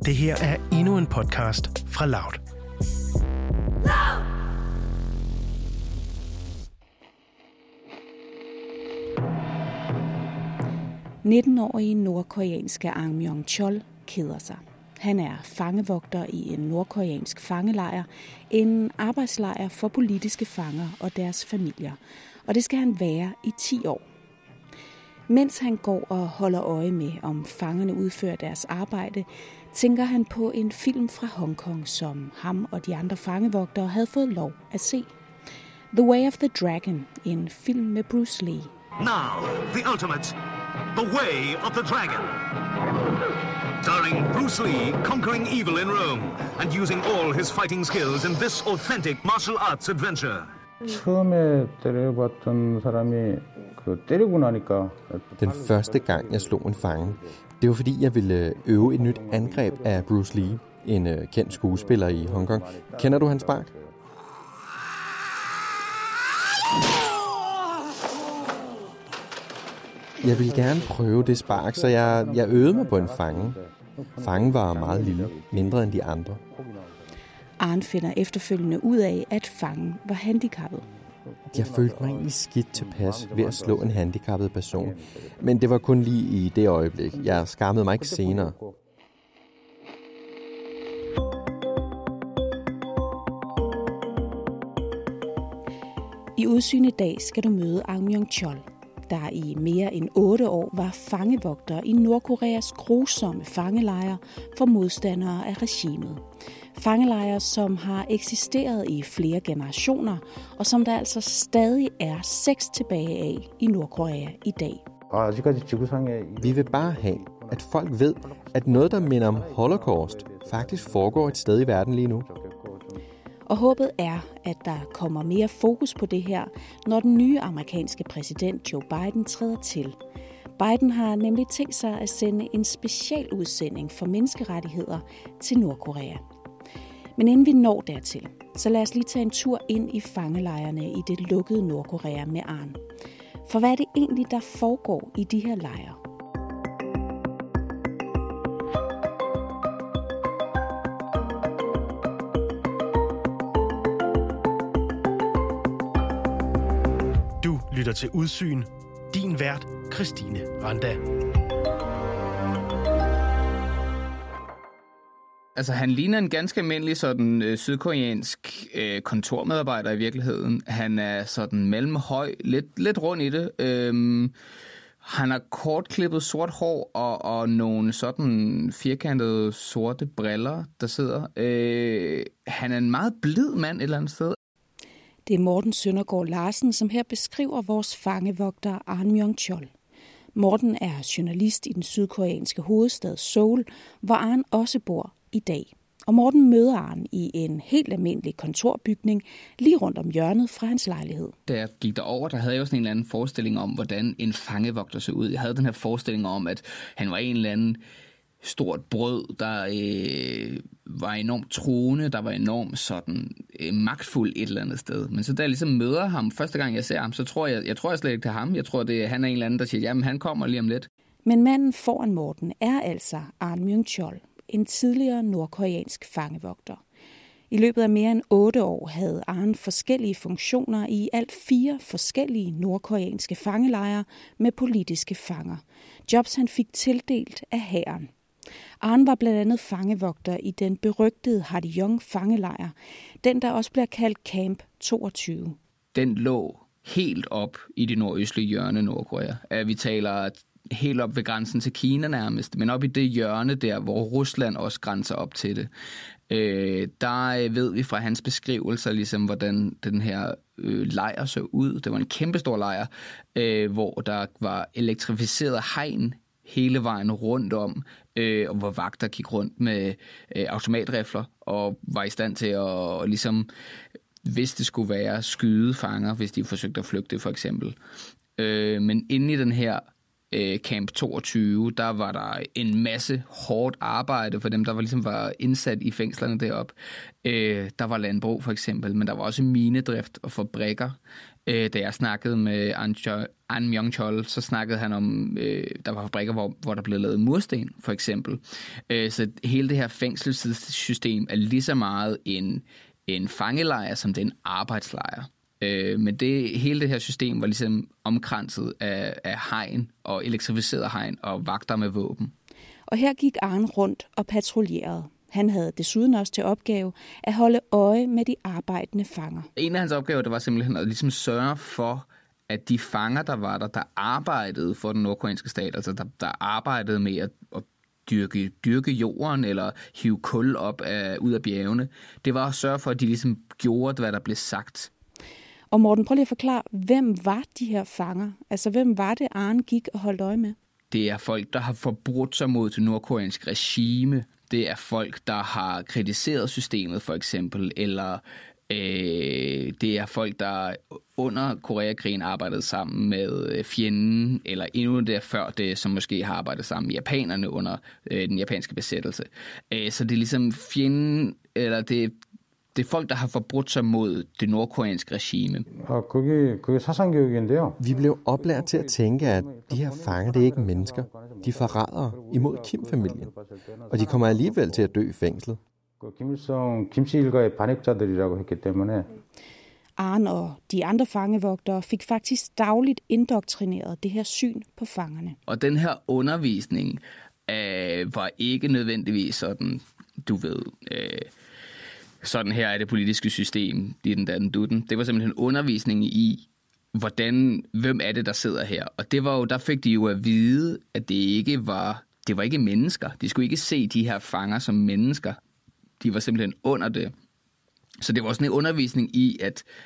Det her er endnu en podcast fra Loud. 19-årige nordkoreanske Ahn Myung-chol keder sig. Han er fangevogter i en nordkoreansk fangelejr, en arbejdslejr for politiske fanger og deres familier. Og det skal han være i 10 år. Mens han går og holder øje med, om fangerne udfører deres arbejde, tænker han på en film fra Hongkong, som ham og de andre fangevogtere havde fået lov at se. The Way of the Dragon, en film med Bruce Lee. Now, the ultimate, The Way of the Dragon. Starring Bruce Lee conquering evil in Rome and using all his fighting skills in this authentic martial arts adventure. 처음에 때려봤던 사람이 때리고 나니까 Den første gang, jeg slog en fange, det var fordi, jeg ville øve et nyt angreb af Bruce Lee, en kendt skuespiller i Hongkong. Kender du hans spark? Jeg ville gerne prøve det spark, så jeg øvede mig på en fange. Fangen var meget lille, mindre end de andre. Ahn finder efterfølgende ud af, at fangen var handicappet. Jeg følte mig egentlig skidt tilpas ved at slå en handicappet person. Men det var kun lige i det øjeblik. Jeg skammede mig ikke senere. I Udsyn i dag skal du møde Ahn Myung-chol, der i mere end 8 år var fangevogter i Nordkoreas grusomme fangelejre for modstandere af regimet. Fangelejre, som har eksisteret i flere generationer, og som der altså stadig er 6 tilbage af i Nordkorea i dag. Vi vil bare have, at folk ved, at noget, der minder om Holocaust, faktisk foregår et sted i verden lige nu. Og håbet er, at der kommer mere fokus på det her, når den nye amerikanske præsident Joe Biden træder til. Biden har nemlig tænkt sig at sende en specialudsending for menneskerettigheder til Nordkorea. Men inden vi når dertil, så lad os lige tage en tur ind i fangelejrene i det lukkede Nordkorea med Ahn. For hvad er det egentlig, der foregår i de her lejre? Du lytter til Udsyn. Din vært, Christine Randa. Altså, han ligner en ganske almindelig sådan sydkoreansk kontormedarbejder i virkeligheden. Han er sådan mellemhøj, lidt rund i det. Han har kortklippet sort hår og nogle sådan firkantede sorte briller, der sidder. Han er en meget blid mand et eller andet sted. Det er Morten Søndergaard Larsen, som her beskriver vores fangevogter Ahn Myung-chol. Morten er journalist i den sydkoreanske hovedstad Seoul, hvor Ahn også bor i dag. Og Morten møder Ahn i en helt almindelig kontorbygning lige rundt om hjørnet fra hans lejlighed. Da jeg gik derover, der havde jeg jo sådan en eller anden forestilling om, hvordan en fangevogter så ud. Jeg havde den her forestilling om, at han var en eller anden stort brød, der var enormt truende, der var enormt sådan magtfuld et eller andet sted. Men så da jeg ligesom møder ham, første gang jeg ser ham, så tror jeg slet ikke til ham. Jeg tror, han er en eller anden, der siger, jamen han kommer lige om lidt. Men manden foran Morten er altså Ahn Myung-chol, en tidligere nordkoreansk fangevogter. I løbet af mere end 8 år havde Ahn forskellige funktioner i alt 4 forskellige nordkoreanske fangelejre med politiske fanger. Jobs han fik tildelt af hæren. Ahn var blandt andet fangevogter i den berygtede Hadeong fangelejr, den der også bliver kaldt Camp 22. Den lå helt op i det nordøstlige hjørne af Nordkorea. Vi taler helt op ved grænsen til Kina nærmest, men op i det hjørne der, hvor Rusland også grænser op til det. Der ved vi fra hans beskrivelser, ligesom hvordan den her lejr så ud. Det var en kæmpestor lejr, hvor der var elektrificeret hegn hele vejen rundt om, og hvor vagter gik rundt med automatrifler og var i stand til at ligesom, hvis det skulle være, skyde fanger, hvis de forsøgte at flygte for eksempel. Men inde i den her Camp 22, der var der en masse hårdt arbejde for dem, der ligesom var indsat i fængslerne deroppe. Der var landbrug for eksempel, men der var også minedrift og fabrikker. Da jeg snakkede med An Myong-chol, så snakkede han om, der var fabrikker, hvor der blev lavet mursten for eksempel. Så hele det her fængselssystem er lige så meget en fangelejr, som det er en arbejdslejr. Men hele det her system var ligesom omkranset af hegn og elektrificeret hegn og vagter med våben. Og her gik Arne rundt og patruljerede. Han havde desuden også til opgave at holde øje med de arbejdende fanger. En af hans opgaver, det var simpelthen at ligesom sørge for, at de fanger, der var der arbejdede for den nordkoreanske stat, altså der arbejdede med at dyrke jorden eller hive kul op ud af bjergene, det var at sørge for, at de ligesom gjorde, hvad der blev sagt. Og Morten, prøv lige at forklare, hvem var de her fanger? Altså, hvem var det, Arne gik og holdt øje med? Det er folk, der har forbrudt sig mod det nordkoreanske regime. Det er folk, der har kritiseret systemet, for eksempel. Eller det er folk, der under Koreakrigen arbejdede sammen med fjenden, eller endnu der før det, som måske har arbejdet sammen med japanerne under den japanske besættelse. Så det er ligesom fjenden, eller det er folk, der har forbrudt sig mod det nordkoreanske regime. Vi blev oplært til at tænke, at de her fanger, det er ikke mennesker. De forræder imod Kim-familien. Og de kommer alligevel til at dø i fængslet. Arne og de andre fangevogtere fik faktisk dagligt indoktrineret det her syn på fangerne. Og den her undervisning var ikke nødvendigvis sådan, du ved... sådan her er det politiske system, det var simpelthen undervisning i, hvem er det, der sidder her. Og det var jo, der fik de jo at vide, at det var ikke mennesker. De skulle ikke se de her fanger som mennesker. De var simpelthen under det. Så det var sådan en undervisning i,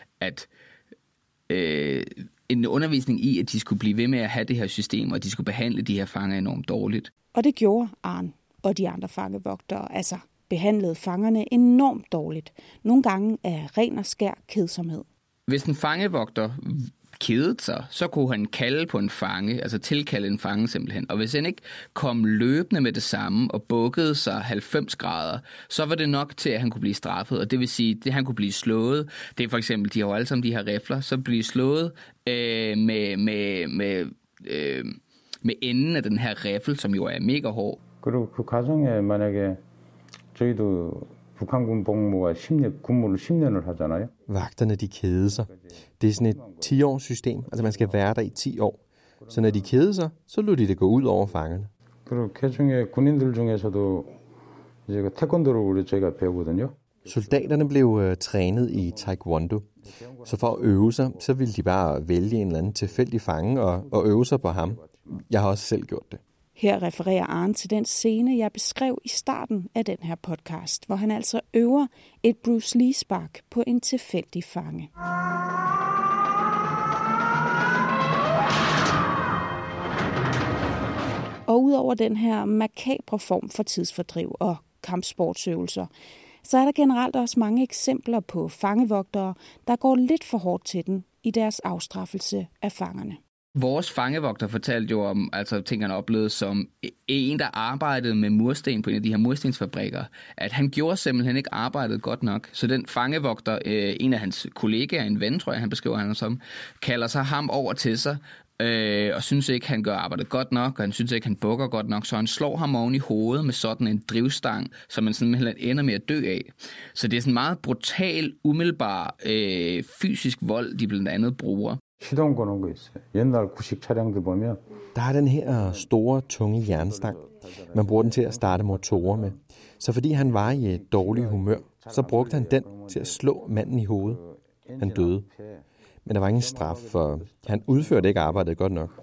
at de skulle blive ved med at have det her system, og de skulle behandle de her fanger enormt dårligt. Og det gjorde Arne og de andre fangevogtere, altså behandlede fangerne enormt dårligt. Nogle gange af ren og skær kedsomhed. Hvis en fangevogter kedede sig, så kunne han kalde på en fange, altså tilkalde en fange simpelthen. Og hvis han ikke kom løbende med det samme og bukkede sig 90 grader, så var det nok til, at han kunne blive straffet. Og det vil sige, at han kunne blive slået. Det er for eksempel, de har jo alle sammen de her rifler, så blive slået med enden af den her riffel, som jo er mega hård. Vagterne, de keder sig. Det er sådan et 10-års system, altså man skal være der i 10 år. Så når de keder sig, så lod de det gå ud over fangerne. Soldaterne blev trænet i taekwondo. Så for at øve sig, så ville de bare vælge en eller anden tilfældig fange og øve sig på ham. Jeg har også selv gjort det. Her refererer Arne til den scene, jeg beskrev i starten af den her podcast, hvor han altså øver et Bruce Lee-spark på en tilfældig fange. Og udover den her makabre form for tidsfordriv og kampsportsøvelser, så er der generelt også mange eksempler på fangevogtere, der går lidt for hårdt til den i deres afstraffelse af fangerne. Vores fangevogter fortalte jo om ting, han oplevede som en, der arbejdede med mursten på en af de her murstensfabrikker, at han gjorde simpelthen ikke arbejdet godt nok. Så den fangevogter, en af hans kollegaer, en ven, tror jeg, han beskriver han som, kalder sig ham over til sig, og synes ikke, han gør arbejdet godt nok, og han synes ikke, han bukker godt nok, så han slår ham oven i hovedet med sådan en drivstang, som man simpelthen ender med at dø af. Så det er sådan meget brutal, umiddelbar fysisk vold, de blandt andet bruger. Der er den her store, tunge jernstang. Man bruger den til at starte motorer med. Så fordi han var i et dårligt humør, så brugte han den til at slå manden i hovedet. Han døde. Men der var ingen straf, for han udførte ikke arbejdet godt nok.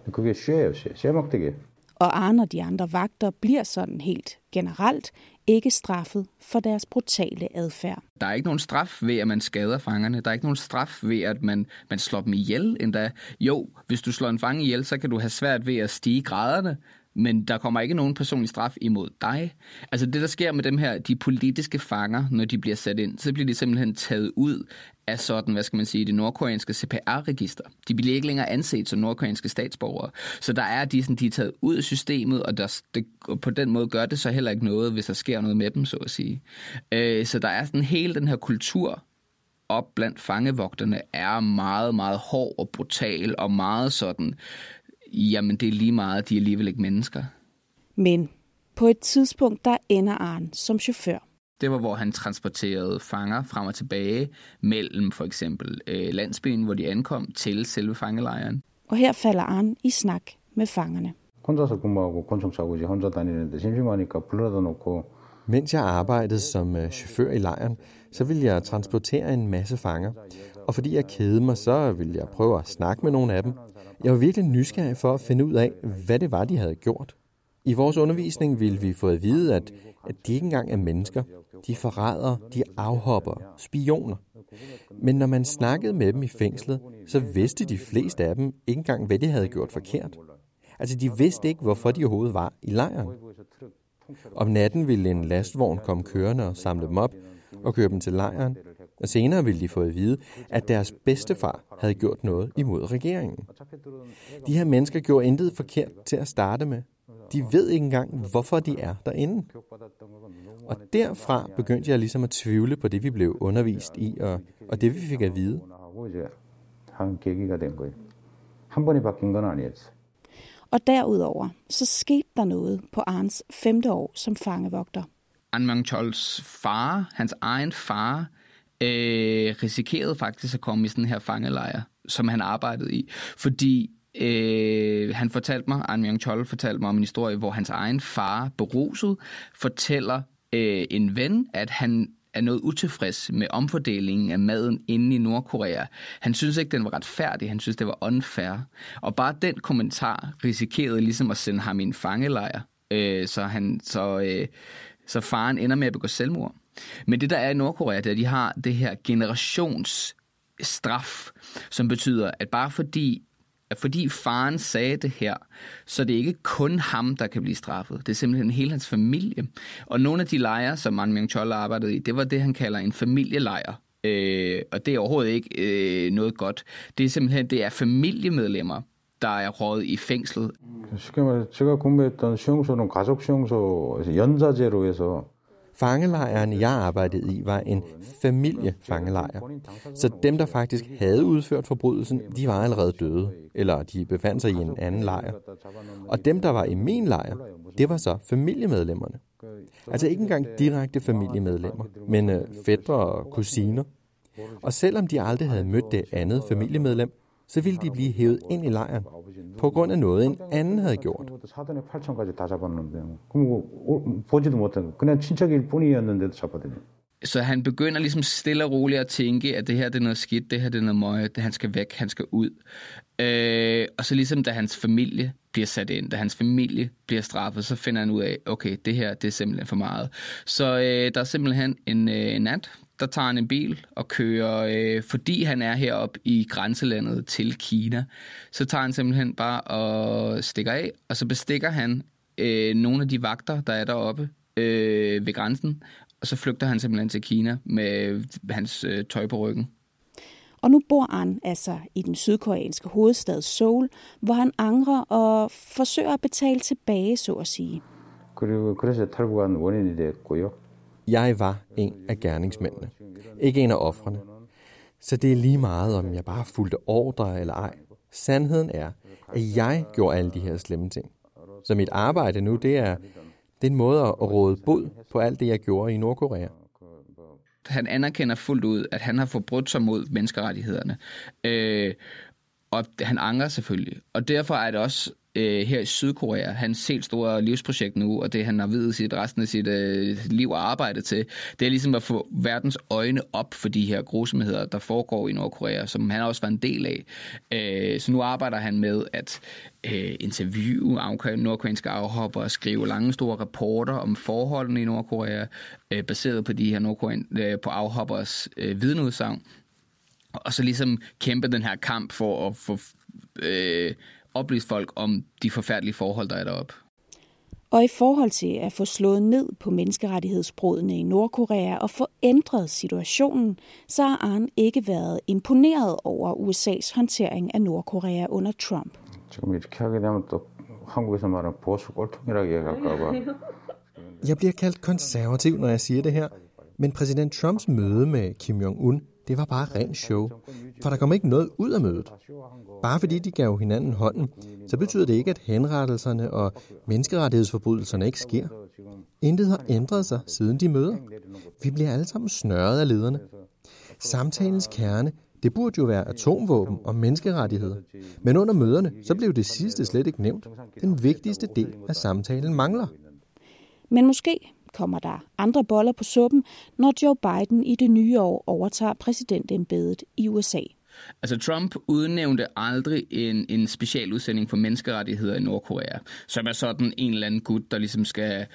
Og Arne og de andre vagter bliver sådan helt generelt ikke straffet for deres brutale adfærd. Der er ikke nogen straf ved, at man skader fangerne. Der er ikke nogen straf ved, at man slår dem ihjel endda. Jo, hvis du slår en fange ihjel, så kan du have svært ved at stige graderne. men der kommer ikke nogen personlig straf imod dig. Altså det, der sker med dem her, de politiske fanger, når de bliver sat ind, så bliver de simpelthen taget ud af sådan, hvad skal man sige, det nordkoreanske CPR-register. De bliver ikke længere anset som nordkoreanske statsborgere. Så der er de er taget ud af systemet, og på den måde gør det så heller ikke noget, hvis der sker noget med dem, så at sige. Så der er sådan hele den her kultur op blandt fangevogterne er meget, meget hård og brutal, og meget sådan, jamen det er lige meget, de er alligevel ikke mennesker. Men på et tidspunkt, der ender Arn som chauffør. Det var, hvor han transporterede fanger frem og tilbage mellem for eksempel landsbyen, hvor de ankom, til selve fangelejren. Og her falder Arn i snak med fangerne. 혼자서 근무하고 권총 차고 이제 혼자 다니는데 심심하니까 불러다 놓고. Mens jeg arbejdede som chauffør i lejren, så ville jeg transportere en masse fanger. Og fordi jeg kedede mig, så ville jeg prøve at snakke med nogle af dem. Jeg var virkelig nysgerrig for at finde ud af, hvad det var, de havde gjort. I vores undervisning ville vi få at vide, at de ikke engang er mennesker. De er forrædere, de er afhoppere, spioner. Men når man snakkede med dem i fængslet, så vidste de fleste af dem ikke engang, hvad de havde gjort forkert. Altså, de vidste ikke, hvorfor de overhovedet var i lejren. Om natten ville en lastvogn komme kørende og samle dem op og køre dem til lejren. Og senere ville de få at vide, at deres bedstefar havde gjort noget imod regeringen. De her mennesker gjorde intet forkert til at starte med. De ved ikke engang, hvorfor de er derinde. Og derfra begyndte jeg ligesom at tvivle på det, vi blev undervist i, og det, vi fik at vide. Og derudover, så skete der noget på Arns 5. år som fangevogter. An Myung-chols far, hans egen far, risikerede faktisk at komme i sådan her fangelejr, som han arbejdede i. Fordi han fortalte mig, An Myung-chol fortalte mig om en historie, hvor hans egen far, beruset, fortæller en ven, at han er noget utilfreds med omfordelingen af maden inde i Nordkorea. Han synes ikke, den var retfærdig. Han synes, det var unfair. Og bare den kommentar risikerede ligesom at sende ham i en fangelejr. Så faren ender med at begå selvmord. Men det, der er i Nordkorea, det er, at de har det her generationsstraf, som betyder, at bare fordi faren sagde det her, så det er ikke kun ham, der kan blive straffet. Det er simpelthen hele hans familie. Og nogle af de lejre, som An Myung-chol arbejdede i, det var det, han kalder en familielejr. Og det er overhovedet ikke noget godt. Det er simpelthen, det er familiemedlemmer, der er røget i fængslet. 제가 근무했던 수용소는 가족 수용소 연사제로 해서. Fangelejren, jeg arbejdede i, var en familiefangelejr. Så dem, der faktisk havde udført forbrydelsen, de var allerede døde, eller de befandt sig i en anden lejr. Og dem, der var i min lejr, det var så familiemedlemmerne. Altså ikke engang direkte familiemedlemmer, men fætre og kusiner. Og selvom de aldrig havde mødt det andet familiemedlem, så ville de blive hævet ind i lejren på grund af noget, en anden havde gjort. Så han begynder ligesom stille og roligt at tænke, at det her det er noget skidt, det her det er noget møje, han skal væk, han skal ud. Og så ligesom da hans familie bliver sat ind, da hans familie bliver straffet, så finder han ud af, okay, det her det er simpelthen for meget. Så der er simpelthen en nat, der tager han en bil og kører, fordi han er heroppe i grænselandet til Kina, så tager han simpelthen bare og stikker af, og så bestikker han nogle af de vagter, der er deroppe ved grænsen, og så flygter han simpelthen til Kina med hans tøj på ryggen. Og nu bor An altså i den sydkoreanske hovedstad Seoul, hvor han angrer og forsøger at betale tilbage, så at sige. Jeg var en af gerningsmændene, ikke en af ofrene. Så det er lige meget, om jeg bare fulgte ordre eller ej. Sandheden er, at jeg gjorde alle de her slemme ting. Så mit arbejde nu, det er en måde at råde bod på alt det, jeg gjorde i Nordkorea. Han anerkender fuldt ud, at han har forbrudt sig mod menneskerettighederne. Og han angrer selvfølgelig. Og derfor er det også her i Sydkorea, hans helt store livsprojekt nu, og det han har videt resten af sit liv og arbejde til, det er ligesom at få verdens øjne op for de her grusomheder, der foregår i Nordkorea, som han også var en del af. Så nu arbejder han med at interviewe nordkoreanske afhopper og skrive lange store rapporter om forholdene i Nordkorea, baseret på de her på afhoppers vidneudsagn, og så ligesom kæmpe den her kamp for at få oplyst folk om de forfærdelige forhold, der er deroppe. Og i forhold til at få slået ned på menneskerettighedsbrudene i Nordkorea og få ændret situationen, så har Ahn ikke været imponeret over USA's håndtering af Nordkorea under Trump. Jeg bliver kaldt konservativ, når jeg siger det her, men præsident Trumps møde med Kim Jong-un, det var bare rent show, for der kom ikke noget ud af mødet. Bare fordi de gav hinanden hånden, så betyder det ikke, at henrettelserne og menneskerettighedsforbrydelserne ikke sker. Intet har ændret sig siden de møder. Vi bliver alle sammen snørret af lederne. Samtalens kerne, det burde jo være atomvåben og menneskerettigheder. Men under møderne, så blev det sidste slet ikke nævnt. Den vigtigste del af samtalen mangler. Men måske kommer der andre boller på suppen, når Joe Biden i det nye år overtager præsidentembedet i USA. Altså Trump udnævnte aldrig en special udsending for menneskerettigheder i Nordkorea, som er sådan en eller anden gut, der ligesom skal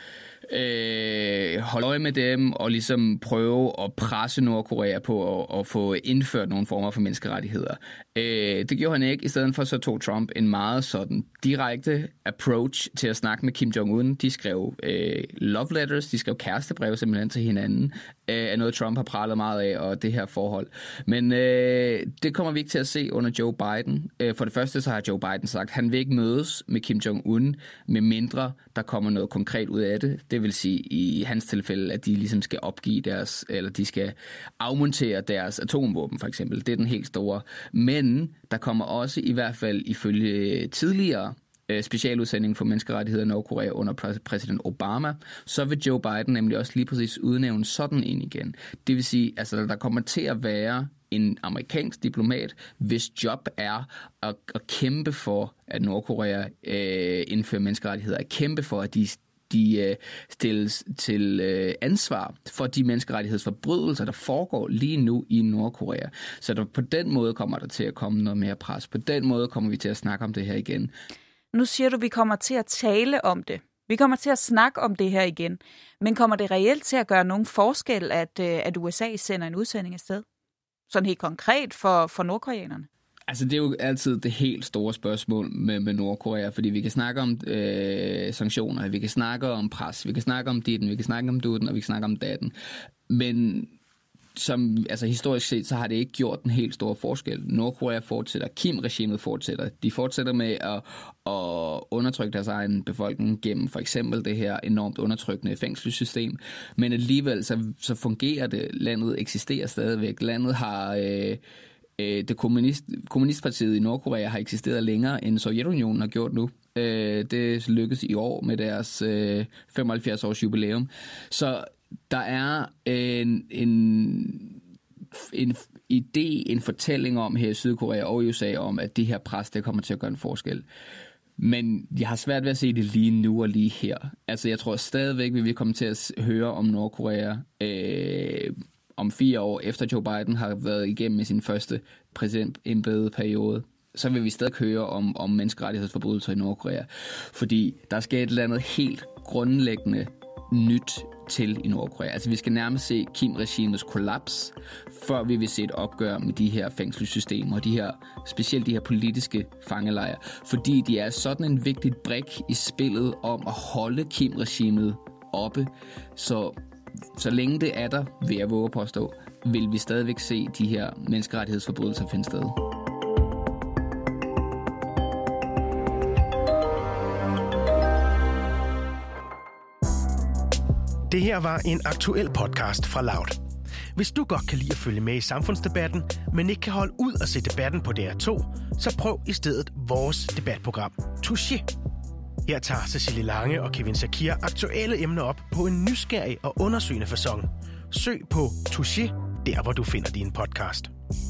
holde øje med dem og ligesom prøve at presse Nordkorea på at få indført nogle former for menneskerettigheder. Det gjorde han ikke. I stedet for så tog Trump en meget sådan direkte approach til at snakke med Kim Jong-un. De skrev love letters, de skrev kærestebrev simpelthen til hinanden, af noget Trump har pralet meget af, og det her forhold. Men det kommer vi ikke til at se under Joe Biden. For det første så har Joe Biden sagt, at han vil ikke mødes med Kim Jong-un, med mindre der kommer noget konkret ud af det. Det vil sige i hans tilfælde, at de ligesom skal opgive deres, eller de skal afmontere deres atomvåben for eksempel. Det er den helt store. Men der kommer også i hvert fald ifølge tidligere specialudsending for menneskerettigheder i Nordkorea under præsident Obama, så vil Joe Biden nemlig også lige præcis udnævne sådan en igen. Det vil sige, altså der kommer til at være en amerikansk diplomat, hvis job er at kæmpe for, at Nordkorea indfører menneskerettigheder, at kæmpe for, at de stilles til ansvar for de menneskerettighedsforbrydelser, der foregår lige nu i Nordkorea. Så på den måde kommer der til at komme noget mere pres. På den måde kommer vi til at snakke om det her igen. Nu siger du, at vi kommer til at tale om det. Vi kommer til at snakke om det her igen. Men kommer det reelt til at gøre nogen forskel, at USA sender en udsending afsted? Sådan helt konkret for nordkoreanerne? Altså det er jo altid det helt store spørgsmål med Nordkorea, fordi vi kan snakke om sanktioner, vi kan snakke om pres, vi kan snakke om ditten, vi kan snakke om dutten, og vi kan snakke om datten. Men altså historisk set, så har det ikke gjort den helt store forskel. Nordkorea fortsætter, Kim-regimet fortsætter. De fortsætter med at undertrykke deres egen befolkning gennem for eksempel det her enormt undertrykkende fængselssystem. Men alligevel så fungerer det. Landet eksisterer stadigvæk. Landet har det kommunistpartiet i Nordkorea har eksisteret længere end Sovjetunionen har gjort nu. Det lykkedes i år med deres 75 års jubilæum. Så der er en idé, en fortælling om her i Sydkorea og USA om, at det her pres, det kommer til at gøre en forskel. Men jeg har svært ved at se det lige nu og lige her. Altså jeg tror stadigvæk, vi vil komme til at høre om Nordkorea om 4 år, efter Joe Biden har været igennem med sin første præsidentembedeperiode. Så vil vi stadig høre om menneskerettighedsforbrydelser i Nordkorea. Fordi der skal et eller andet helt grundlæggende nyt til i Nordkorea. Altså vi skal nærmest se Kim-regimets kollaps, før vi vil se et opgør med de her fængselssystemer og specielt de her politiske fangelejre, fordi de er sådan en vigtig brik i spillet om at holde Kim-regimet oppe. Så længe det er der, vil jeg våge at påstå, vil vi stadigvæk se de her menneskerettighedsforbrydelser finde sted. Det her var en aktuel podcast fra Loud. Hvis du godt kan lide at følge med i samfundsdebatten, men ikke kan holde ud at se debatten på DR2, så prøv i stedet vores debatprogram, Touché. Her tager Cecilie Lange og Kevin Sakir aktuelle emner op på en nysgerrig og undersøgende facon. Søg på Touché, der hvor du finder din podcast.